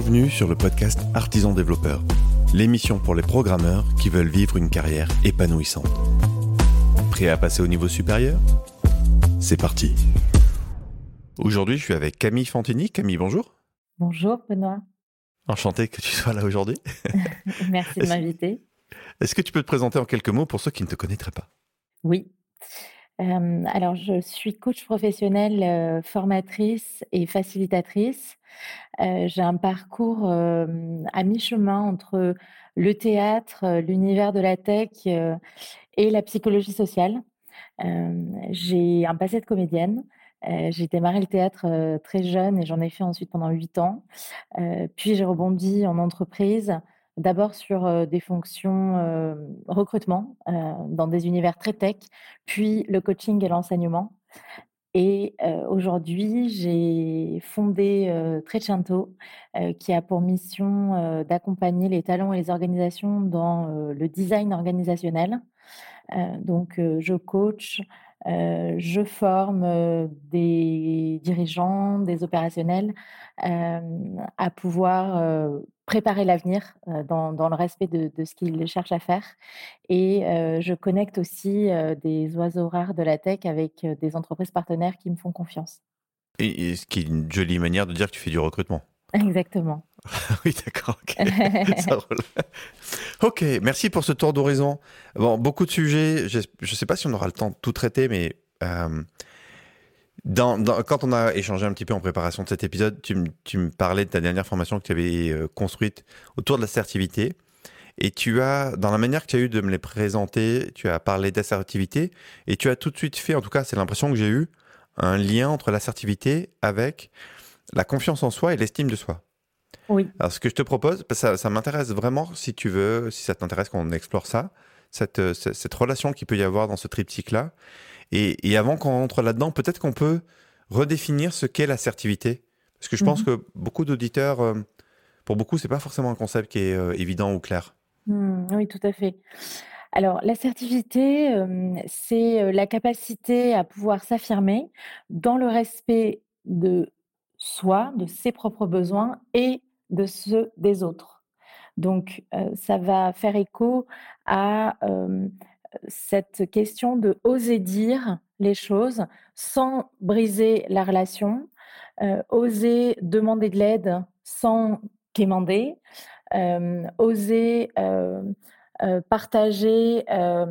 Bienvenue sur le podcast Artisan Développeur, l'émission pour les programmeurs qui veulent vivre une carrière épanouissante. Prêt à passer au niveau supérieur ? C'est parti. Aujourd'hui, je suis avec Camille Fantini. Camille, bonjour. Bonjour Benoît. Enchanté que tu sois là aujourd'hui. Merci de m'inviter. Est-ce que tu peux te présenter en quelques mots pour ceux qui ne te connaîtraient pas ? Oui. Alors je suis coach professionnelle, formatrice et facilitatrice. J'ai un parcours, à mi-chemin entre le théâtre, l'univers de la tech, et la psychologie sociale. J'ai un passé de comédienne. J'ai démarré le théâtre, très jeune et j'en ai fait ensuite pendant 8 ans. Puis j'ai rebondi en entreprise, d'abord sur, des fonctions, recrutement, dans des univers très tech, puis le coaching et l'enseignement. Et aujourd'hui, j'ai fondé, Trecento, qui a pour mission, d'accompagner les talents et les organisations dans, le design organisationnel. Je coach, je forme, des dirigeants, des opérationnels, à pouvoir, préparer l'avenir, dans le respect de ce qu'ils cherchent à faire et je connecte aussi, des oiseaux rares de la tech avec, des entreprises partenaires qui me font confiance. Et ce qui est une jolie manière de dire que tu fais du recrutement. Exactement. Oui, d'accord, ok. Ça roule. Ok, merci pour ce tour d'horizon. Bon, beaucoup de sujets. Je ne sais pas si on aura le temps de tout traiter, mais quand on a échangé un petit peu en préparation de cet épisode, tu me parlais de ta dernière formation que tu avais construite autour de l'assertivité. Et dans la manière que tu as eu de me les présenter, tu as parlé d'assertivité et tu as tout de suite fait, en tout cas, c'est l'impression que j'ai eue, un lien entre l'assertivité avec la confiance en soi et l'estime de soi. Oui. Alors, ce que je te propose, ça m'intéresse vraiment, si tu veux, si ça t'intéresse qu'on explore ça, cette relation qu'il peut y avoir dans ce triptyque-là. Et avant qu'on entre là-dedans, peut-être qu'on peut redéfinir ce qu'est l'assertivité. Parce que je pense que beaucoup d'auditeurs, pour beaucoup, c'est pas forcément un concept qui est évident ou clair. Oui, tout à fait. Alors l'assertivité, c'est, la capacité à pouvoir s'affirmer dans le respect de soi, de ses propres besoins et de ceux des autres. Donc ça va faire écho à, cette question de oser dire les choses sans briser la relation, oser demander de l'aide sans quémander, oser, partager,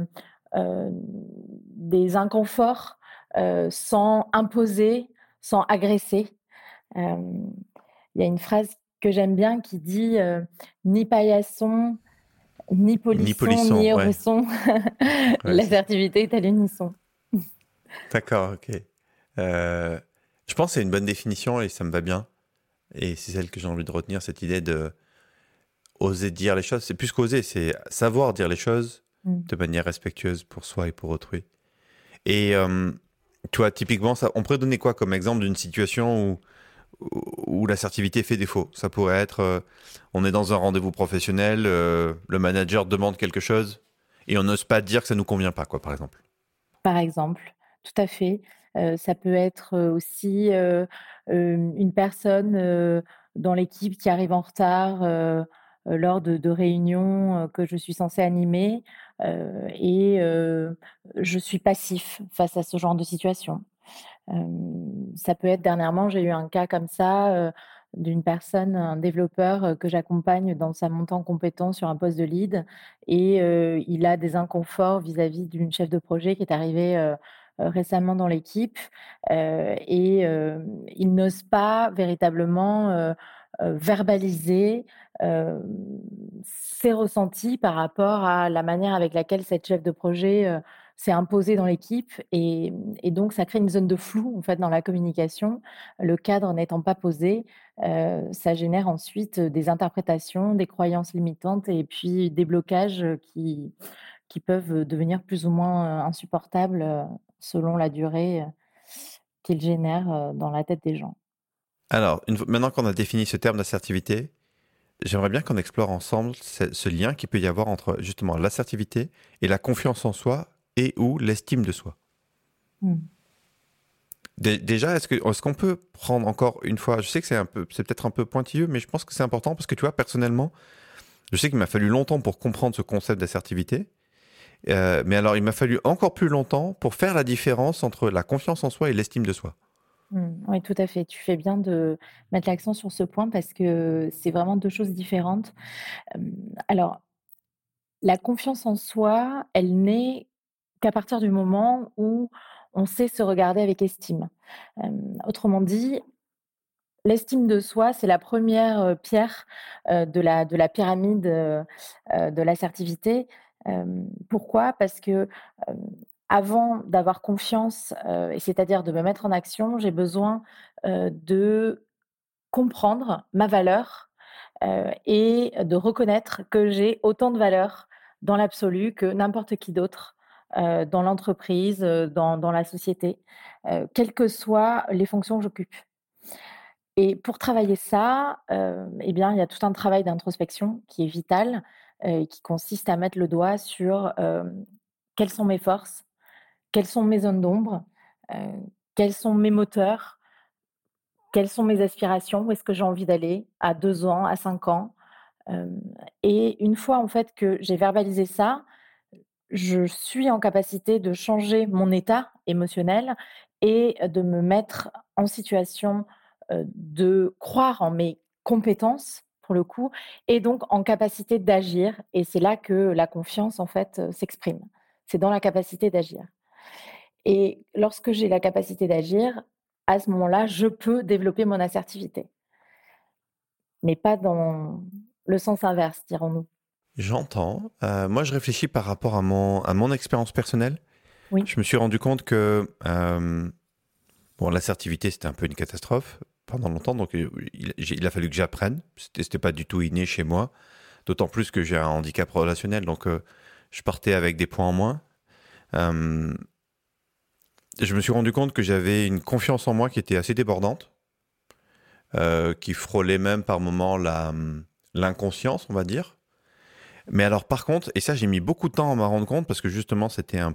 des inconforts, sans imposer, sans agresser. Hem, il y a une phrase que j'aime bien qui dit, «Ni paillasson, ni Ni polisson, ni polisson, ouais. hérisson, Ouais, l'assertivité est à l'unisson». D'accord, ok. Je pense que c'est une bonne définition et ça me va bien. Et c'est celle que j'ai envie de retenir, cette idée de oser dire les choses. C'est plus qu'oser, c'est savoir dire les choses Mmh. de manière respectueuse pour soi et pour autrui. Et tu vois, typiquement, on pourrait donner quoi comme exemple d'une situation où l'assertivité fait défaut ? Ça pourrait être, on est dans un rendez-vous professionnel, le manager demande quelque chose et on n'ose pas dire que ça ne nous convient pas, quoi, par exemple. Par exemple, tout à fait. Ça peut être, aussi, une personne, dans l'équipe qui arrive en retard, lors de réunions, que je suis censée animer, je suis passif face à ce genre de situation. Ça peut être dernièrement, j'ai eu un cas comme ça, d'une personne, un développeur, que j'accompagne dans sa montée en compétences sur un poste de lead et il a des inconforts vis-à-vis d'une chef de projet qui est arrivée, récemment dans l'équipe, il n'ose pas véritablement, verbaliser, hem, ses ressentis par rapport à la manière avec laquelle cette chef de projet, s'est imposée dans l'équipe et donc ça crée une zone de flou, en fait, dans la communication. Le cadre n'étant pas posé, ça génère ensuite, des interprétations, des croyances limitantes et puis des blocages, qui peuvent, devenir plus ou moins, insupportables, selon la durée, qu'ils génèrent, dans la tête des gens. Alors, maintenant qu'on a défini ce terme d'assertivité, j'aimerais bien qu'on explore ensemble ce lien qu'il peut y avoir entre justement l'assertivité et la confiance en soi et ou l'estime de soi. Mmh. Déjà, est-ce qu'on peut prendre encore une fois, je sais que c'est peut-être un peu pointilleux, mais je pense que c'est important parce que tu vois, personnellement, je sais qu'il m'a fallu longtemps pour comprendre ce concept d'assertivité. Mais alors, il m'a fallu encore plus longtemps pour faire la différence entre la confiance en soi et l'estime de soi. Oui, tout à fait. Tu fais bien de mettre l'accent sur ce point parce que c'est vraiment 2 choses différentes. Alors, la confiance en soi, elle n'est qu'à partir du moment où on sait se regarder avec estime. Autrement dit, l'estime de soi, c'est la première pierre, de la pyramide, de l'assertivité. Pourquoi? Parce que, hem, avant d'avoir confiance, et c'est-à-dire de me mettre en action, j'ai besoin, de comprendre ma valeur, et de reconnaître que j'ai autant de valeur dans l'absolu que n'importe qui d'autre, dans l'entreprise, dans la société, quelles que soient les fonctions que j'occupe. Et pour travailler ça, eh bien, il y a tout un travail d'introspection qui est vital, et qui consiste à mettre le doigt sur, quelles sont mes forces, quelles sont mes zones d'ombre, heu, quels sont mes moteurs, quelles sont mes aspirations, où est-ce que j'ai envie d'aller à 2 ans, à 5 ans. Hem Et une fois, en fait, que j'ai verbalisé ça, je suis en capacité de changer mon état émotionnel et de me mettre en situation, de croire en mes compétences, pour le coup, et donc en capacité d'agir, et c'est là que la confiance, en fait, s'exprime. C'est dans la capacité d'agir, et lorsque j'ai la capacité d'agir, à ce moment-là, je peux développer mon assertivité, mais pas dans le sens inverse, dirons-nous. J'entends. Moi, je réfléchis par rapport à mon expérience personnelle. Oui. Je me suis rendu compte que bon, l'assertivité, c'était un peu une catastrophe pendant longtemps, donc il a fallu que j'apprenne. C'était pas du tout inné chez moi, d'autant plus que j'ai un handicap relationnel, donc je partais avec des points en moins. Euh, je me suis rendu compte que j'avais une confiance en moi qui était assez débordante, qui frôlait même par moments l'inconscience, on va dire. Mais alors par contre, et ça j'ai mis beaucoup de temps à m'en rendre compte parce que justement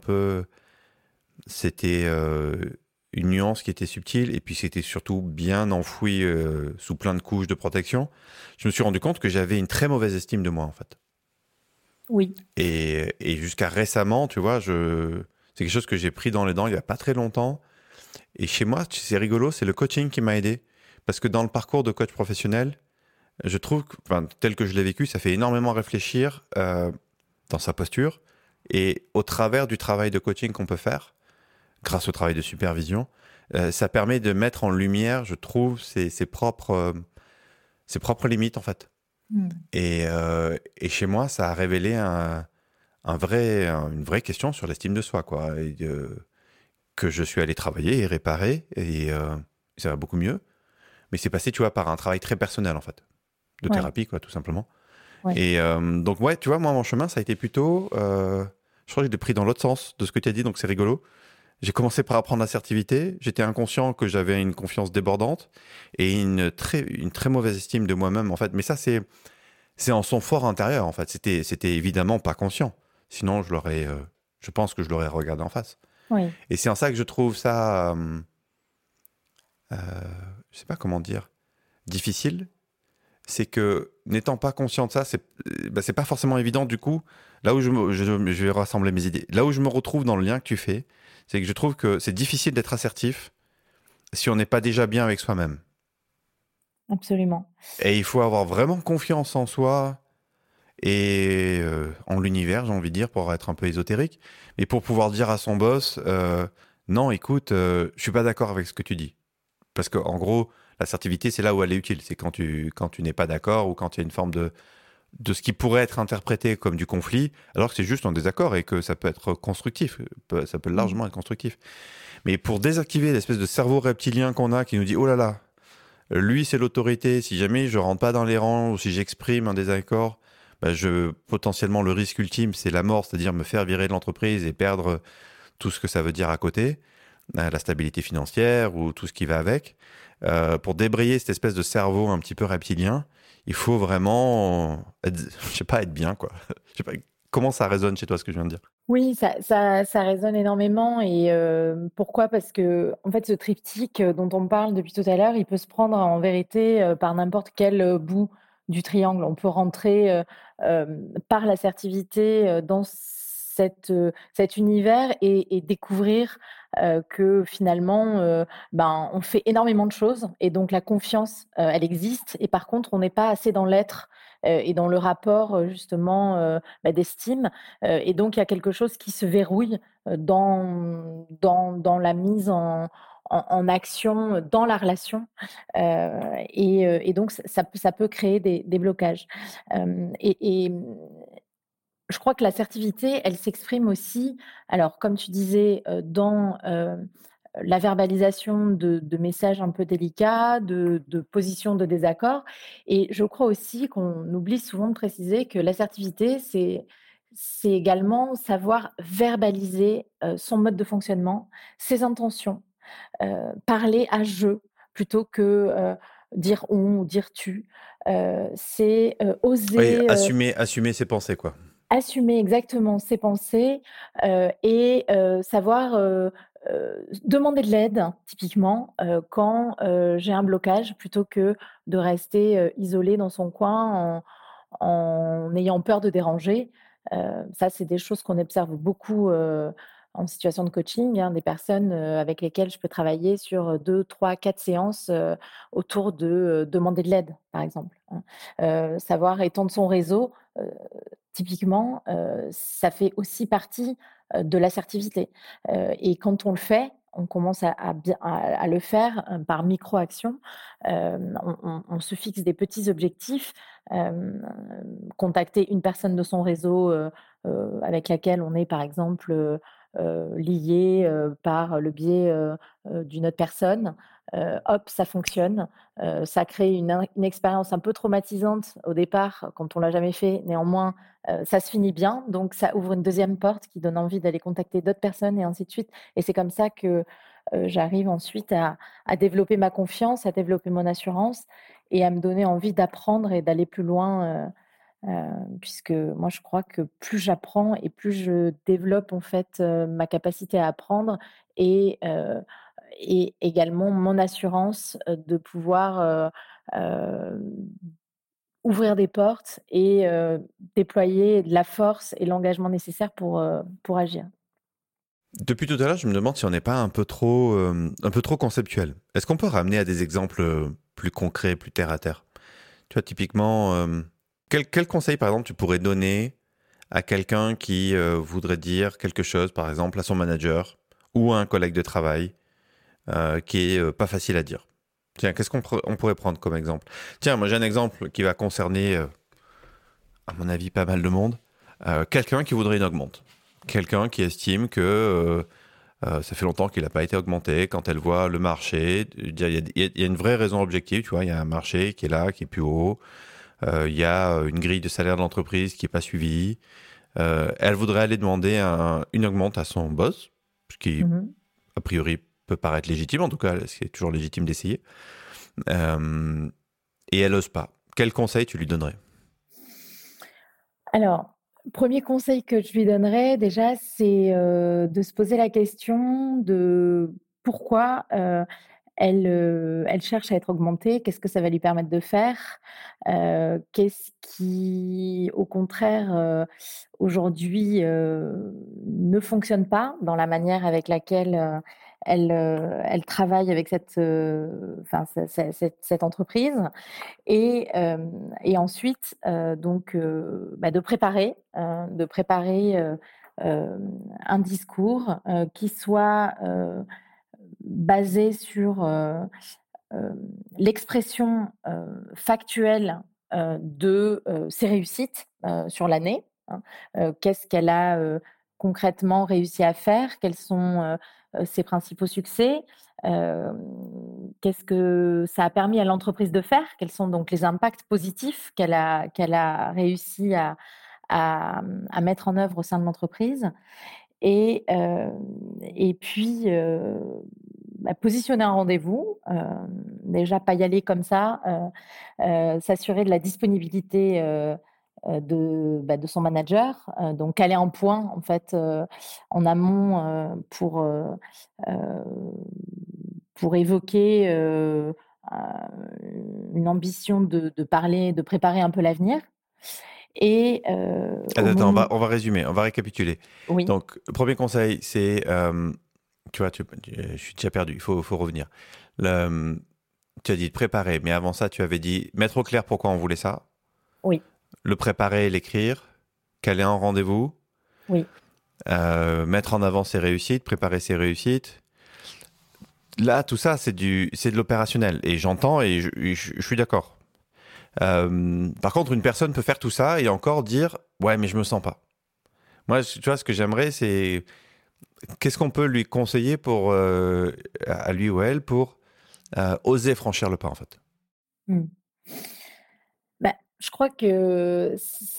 c'était une nuance qui était subtile et puis c'était surtout bien enfoui sous plein de couches de protection. Je me suis rendu compte que j'avais une très mauvaise estime de moi en fait. Oui. Et jusqu'à récemment, tu vois, c'est quelque chose que j'ai pris dans les dents il y a pas très longtemps. Et chez moi, c'est rigolo, c'est le coaching qui m'a aidé parce que dans le parcours de coach professionnel, je trouve, enfin, tel que je l'ai vécu, ça fait énormément réfléchir dans sa posture et au travers du travail de coaching qu'on peut faire, grâce au travail de supervision, ça permet de mettre en lumière, je trouve, ses propres limites en fait. Mmh. Et chez moi, ça a révélé une vraie question sur l'estime de soi, quoi, que je suis allé travailler et réparer et ça va beaucoup mieux. Mais c'est passé, tu vois, par un travail très personnel en fait, de Ouais, thérapie, quoi, tout simplement. ouais. Et donc, ouais, tu vois, moi, mon chemin, ça a été plutôt. Je crois que j'ai pris dans l'autre sens de ce que tu as dit, donc c'est rigolo. J'ai commencé par apprendre l'assertivité. J'étais inconscient que j'avais une confiance débordante et une très mauvaise estime de moi-même, en fait. Mais ça, c'est en son fort intérieur, en fait. C'était évidemment pas conscient. Sinon, je pense que je l'aurais regardé en face. Oui. Et c'est en ça que je trouve ça, euh, je sais pas comment dire, difficile, c'est que n'étant pas conscient de ça, c'est pas forcément évident du coup. Là où je vais rassembler mes idées. Là où je me retrouve dans le lien que tu fais, c'est que je trouve que c'est difficile d'être assertif si on n'est pas déjà bien avec soi-même. Absolument. Et il faut avoir vraiment confiance en soi et en l'univers, j'ai envie de dire, pour être un peu ésotérique, mais pour pouvoir dire à son boss, non, écoute, je suis pas d'accord avec ce que tu dis. Parce qu'en gros, l'assertivité, c'est là où elle est utile. C'est quand tu n'es pas d'accord ou quand il y a une forme de ce qui pourrait être interprété comme du conflit, alors que c'est juste un désaccord et que ça peut être constructif. Ça peut Mmh. largement être constructif. Mais pour désactiver l'espèce de cerveau reptilien qu'on a qui nous dit, oh là là, lui c'est l'autorité, si jamais je rentre pas dans les rangs ou si j'exprime un désaccord, bah, potentiellement le risque ultime c'est la mort, c'est-à-dire me faire virer de l'entreprise et perdre tout ce que ça veut dire à côté, la stabilité financière ou tout ce qui va avec. Pour débrayer cette espèce de cerveau un petit peu reptilien, il faut vraiment, je sais pas, être bien, quoi. Je sais pas comment ça résonne chez toi ce que je viens de dire. Oui, ça résonne énormément et pourquoi? Parce qu'en fait, ce triptyque, dont on parle depuis tout à l'heure, il peut se prendre en vérité, par n'importe quel, bout du triangle. On peut rentrer, par l'assertivité, dans cet univers et découvrir, que finalement, ben, on fait énormément de choses et donc la confiance, elle existe et par contre, on n'est pas assez dans l'être, et dans le rapport, justement, bah, d'estime. Et donc il y a quelque chose qui se verrouille, dans la mise en action, dans la relation, et donc ça peut créer des blocages. Je crois que l'assertivité, elle s'exprime aussi, alors comme tu disais, dans, la verbalisation de messages un peu délicats, de positions de désaccord et je crois aussi qu'on oublie souvent de préciser que l'assertivité, c'est également savoir verbaliser, son mode de fonctionnement, ses intentions, parler à «je» plutôt que, dire «on» ou dire «tu». C'est, Oui, oser, assumer ses pensées, quoi. assumer exactement ses pensées, et savoir, demander de l'aide typiquement, quand, j'ai un blocage plutôt que de rester, isolé dans son coin en ayant peur de déranger. Ça, c'est des choses qu'on observe beaucoup, en situation de coaching, hein, des personnes, avec lesquelles je peux travailler sur, 2, 3, 4 séances, autour de, demander de l'aide, par exemple, hein. Savoir étendre son réseau, typiquement, ça fait aussi partie, de l'assertivité, et quand on le fait, on commence à le faire, par micro-actions. On se fixe des petits objectifs, hem, contacter une personne de son réseau, avec laquelle on est par exemple, lié, par le biais, d'une autre personne. Hop, ça fonctionne. Ça crée une expérience un peu traumatisante au départ quand on l'a jamais fait. Néanmoins, ça se finit bien, donc ça ouvre une deuxième porte qui donne envie d'aller contacter d'autres personnes et ainsi de suite et c'est comme ça que, j'arrive ensuite à développer ma confiance, à développer mon assurance et à me donner envie d'apprendre et d'aller plus loin, puisque moi je crois que plus j'apprends et plus je développe en fait, ma capacité à apprendre et heu et également mon assurance, de pouvoir, ouvrir des portes et déployer de la force et l'engagement nécessaire pour agir. Depuis tout à l'heure, je me demande si on n'est pas un peu trop conceptuel. Est-ce qu'on peut ramener à des exemples plus concrets, plus terre à terre? Tu vois, typiquement, quel conseil, par exemple, tu pourrais donner à quelqu'un qui voudrait dire quelque chose, par exemple, à son manager ou à un collègue de travail qui est pas facile à dire? Tiens, on pourrait prendre comme exemple? Tiens, moi j'ai un exemple qui va concerner, à mon avis, pas mal de monde. Quelqu'un qui voudrait une augmente. Quelqu'un qui estime que ça fait longtemps qu'il n'a pas été augmenté. Quand elle voit le marché, il y a une vraie raison objective, tu vois, il y a un marché qui est là, qui est plus haut. Il y a une grille de salaire de l'entreprise qui n'est pas suivie. Elle voudrait aller demander une augmente à son boss, ce qui, Mmh. a priori, peut paraître légitime. En tout cas, c'est toujours légitime d'essayer. Euh, et elle n'ose pas. Quel conseil tu lui donnerais? Alors, premier conseil que je lui donnerais déjà, c'est, de se poser la question de pourquoi, elle cherche à être augmentée. Qu'est-ce que ça va lui permettre de faire? Qu'est-ce qui, au contraire, aujourd'hui, ne fonctionne pas dans la manière avec laquelle, elle travaille avec enfin, cette entreprise? Et ensuite, donc bah, de préparer, un discours, qui soit, basé sur, l'expression, factuelle, de, ses réussites, sur l'année, hein. Qu'est-ce qu'elle a, concrètement réussi à faire? Quels sont, ses principaux succès? Hem, Qu'est-ce que ça a permis à l'entreprise de faire? Quels sont donc les impacts positifs qu'elle a réussi à mettre en œuvre au sein de l'entreprise? Et puis, bah, positionner un rendez-vous, déjà pas y aller comme ça, s'assurer de la disponibilité, de son manager, donc caler un point en fait, en amont, heu, pour évoquer, une ambition de parler, de préparer un peu l'avenir et au Attends, attends, moment on va résumer, on va récapituler. oui, Donc, le premier conseil, c'est, tu vois, je suis déjà perdu, faut revenir. Le, tu as dit de préparer, mais avant ça, tu avais dit mettre au clair pourquoi on voulait ça, oui, le préparer et l'écrire, caler un rendez-vous, oui. mettre en avant ses réussites, préparer ses réussites. Là, tout ça, c'est de l'opérationnel. Et j'entends et je suis d'accord. Par contre, une personne peut faire tout ça et encore dire, ouais, mais je me sens pas. Moi, tu vois, ce que j'aimerais, c'est qu'est-ce qu'on peut lui conseiller pour, à lui ou elle pour oser franchir le pas, en fait. Mmh. Bah, je crois que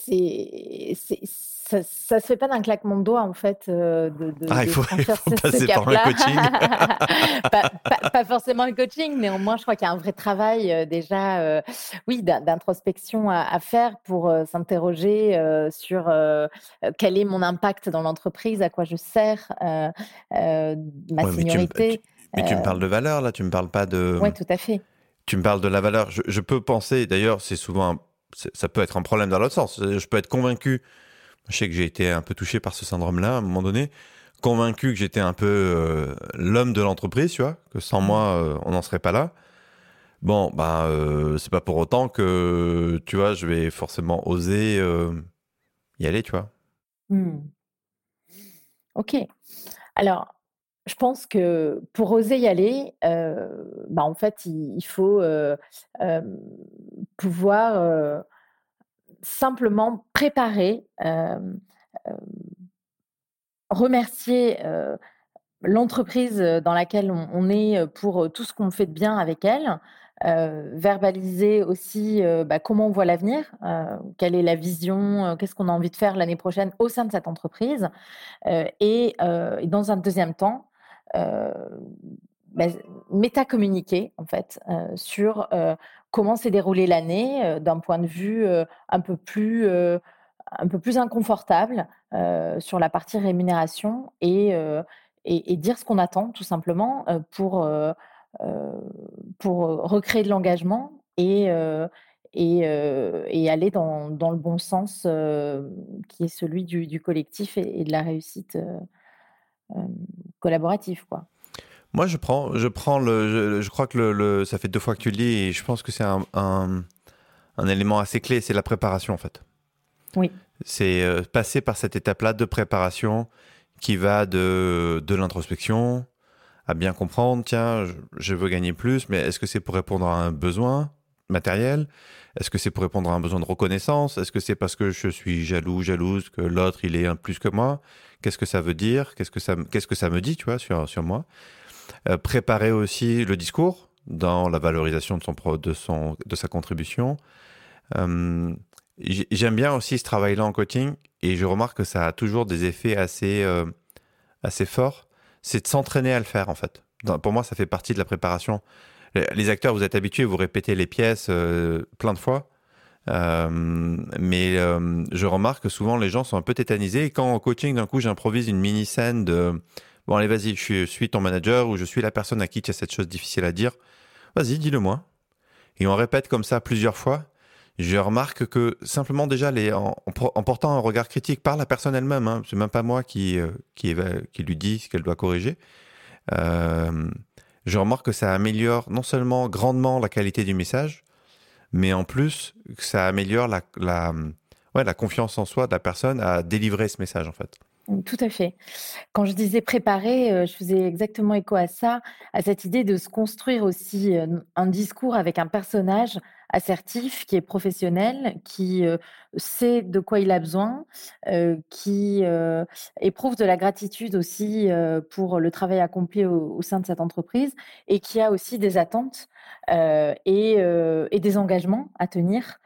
ça se fait pas d'un claquement de doigts en fait, Ah, de il franchir faut ce passer par un cap-là. coaching. Pas forcément le coaching, néanmoins je crois qu'il y a un vrai travail, déjà, oui d'introspection à faire pour, s'interroger, sur, quel est mon impact dans l'entreprise, à quoi je sers, ma Ouais, seniorité. mais tu me parles de valeur, là, tu me parles pas Ouais, de. tout à fait. Tu me parles de la valeur. Je peux penser, d'ailleurs, ça peut être un problème dans l'autre sens. Je peux être convaincu, je sais que j'ai été un peu touché par ce syndrome-là à un moment donné, convaincu que j'étais un peu l'homme de l'entreprise, tu vois, que sans Mmh. moi, on n'en serait pas là. Bon, ben, c'est pas pour autant que, tu vois, je vais forcément oser y aller, tu vois. Mmh. OK. Alors, je pense que pour oser y aller, bah, en fait, il faut, hem, pouvoir, simplement préparer, remercier, l'entreprise, dans laquelle on est, pour, tout ce qu'on fait de bien avec elle. Verbaliser aussi, bah, comment on voit l'avenir, quelle est la vision, qu'est-ce qu'on a envie de faire l'année prochaine au sein de cette entreprise. Et dans un deuxième temps, heu, bah, métacommuniquer en fait, sur, comment s'est déroulée l'année, d'un point de vue, un peu plus inconfortable, sur la partie rémunération et dire ce qu'on attend tout simplement, heu, pour, recréer de l'engagement et aller dans le bon sens, qui est celui du collectif et de la réussite, hem, collaborative, quoi. Moi, je crois que ça fait 2 fois que tu le dis et je pense que c'est un élément assez clé, c'est la préparation, en fait. Oui. C'est passer par cette étape-là de préparation qui va de l'introspection à bien comprendre, tiens, je veux gagner plus, mais est-ce que c'est pour répondre à un besoin matériel? Est-ce que c'est pour répondre à un besoin de reconnaissance? Est-ce que c'est parce que je suis jaloux, jalouse que l'autre, il est un plus que moi? Qu'est-ce que ça veut dire? Qu'est-ce que ça me dit, tu vois, sur moi? Préparer aussi le discours dans la valorisation de sa contribution. Euh, J'aime bien aussi ce travail-là en coaching et je remarque que ça a toujours des effets assez forts. C'est de s'entraîner à le faire en fait. Pour moi, ça fait partie de la préparation. Les acteurs, vous êtes habitués, vous répétez les pièces plein de fois. Mais je remarque que souvent les gens sont un peu tétanisés et quand en coaching d'un coup j'improvise une mini scène de bon allez vas-y je suis ton manager ou je suis la personne à qui tu as cette chose difficile à dire, vas-y dis-le moi. Et on répète comme ça plusieurs fois. Je remarque que simplement déjà en portant un regard critique par la personne elle-même, hein, c'est même pas moi qui lui dit ce qu'elle doit corriger. Euh, je remarque que ça améliore non seulement grandement la qualité du message, mais en plus que ça améliore ouais, la confiance en soi de la personne à délivrer ce message en fait. Mmh, tout à fait. Quand je disais préparer, je faisais exactement écho à ça, à cette idée de se construire aussi, un discours avec un personnage assertif, qui est professionnel, qui, sait de quoi il a besoin, qui, éprouve de la gratitude aussi, pour le travail accompli au sein de cette entreprise et qui a aussi des attentes, et des engagements à tenir.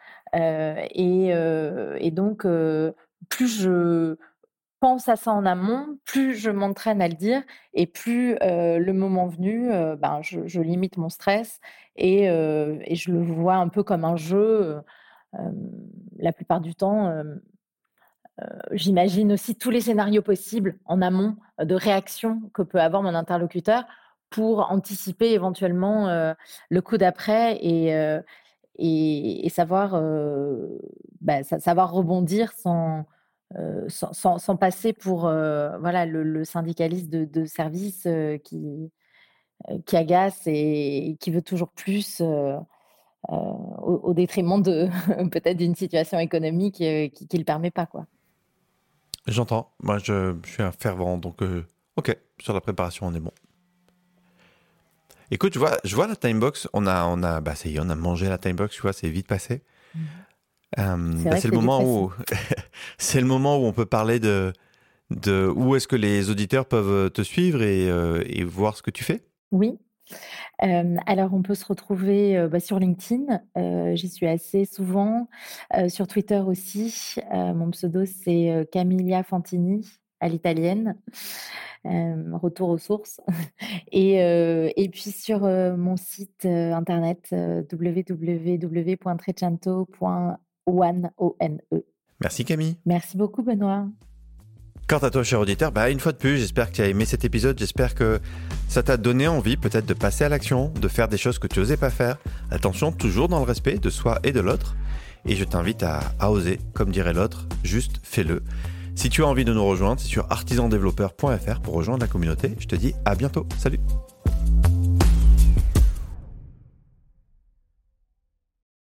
Et donc, plus je pense à ça en amont, plus je m'entraîne à le dire et plus, le moment venu, ben, je limite mon stress et je le vois un peu comme un jeu, La plupart du temps, j'imagine aussi tous les scénarios possibles en amont de réaction que peut avoir mon interlocuteur pour anticiper éventuellement, le coup d'après et savoir, savoir rebondir sans passer pour, voilà le syndicaliste de service, qui agace et qui veut toujours plus, au détriment de peut-être d'une situation économique, qui le permet pas, quoi. J'entends. Moi, je suis un fervent, donc ok, sur la préparation, on est bon. Écoute, je vois la timebox, bah ça y est, on a mangé la timebox, tu vois, c'est vite passé. C'est le moment où c'est le moment où on peut parler de où est-ce que les auditeurs peuvent te suivre et voir ce que tu fais. Oui. Alors on peut se retrouver, sur LinkedIn, j'y suis assez souvent, sur Twitter aussi. Mon pseudo c'est, Camilia Fantini à l'italienne, retour aux sources et puis sur, mon site, internet, www.trecento.one. Merci Camille. Merci beaucoup Benoît. Quant à toi, cher auditeur, une fois de plus, j'espère que tu as aimé cet épisode. J'espère que ça t'a donné envie peut-être de passer à l'action, de faire des choses que tu n'osais pas faire. Attention, toujours dans le respect de soi et de l'autre. Et je t'invite à oser, comme dirait l'autre, juste fais-le. Si tu as envie de nous rejoindre, c'est sur artisandéveloppeur.fr pour rejoindre la communauté. Je te dis à bientôt. Salut!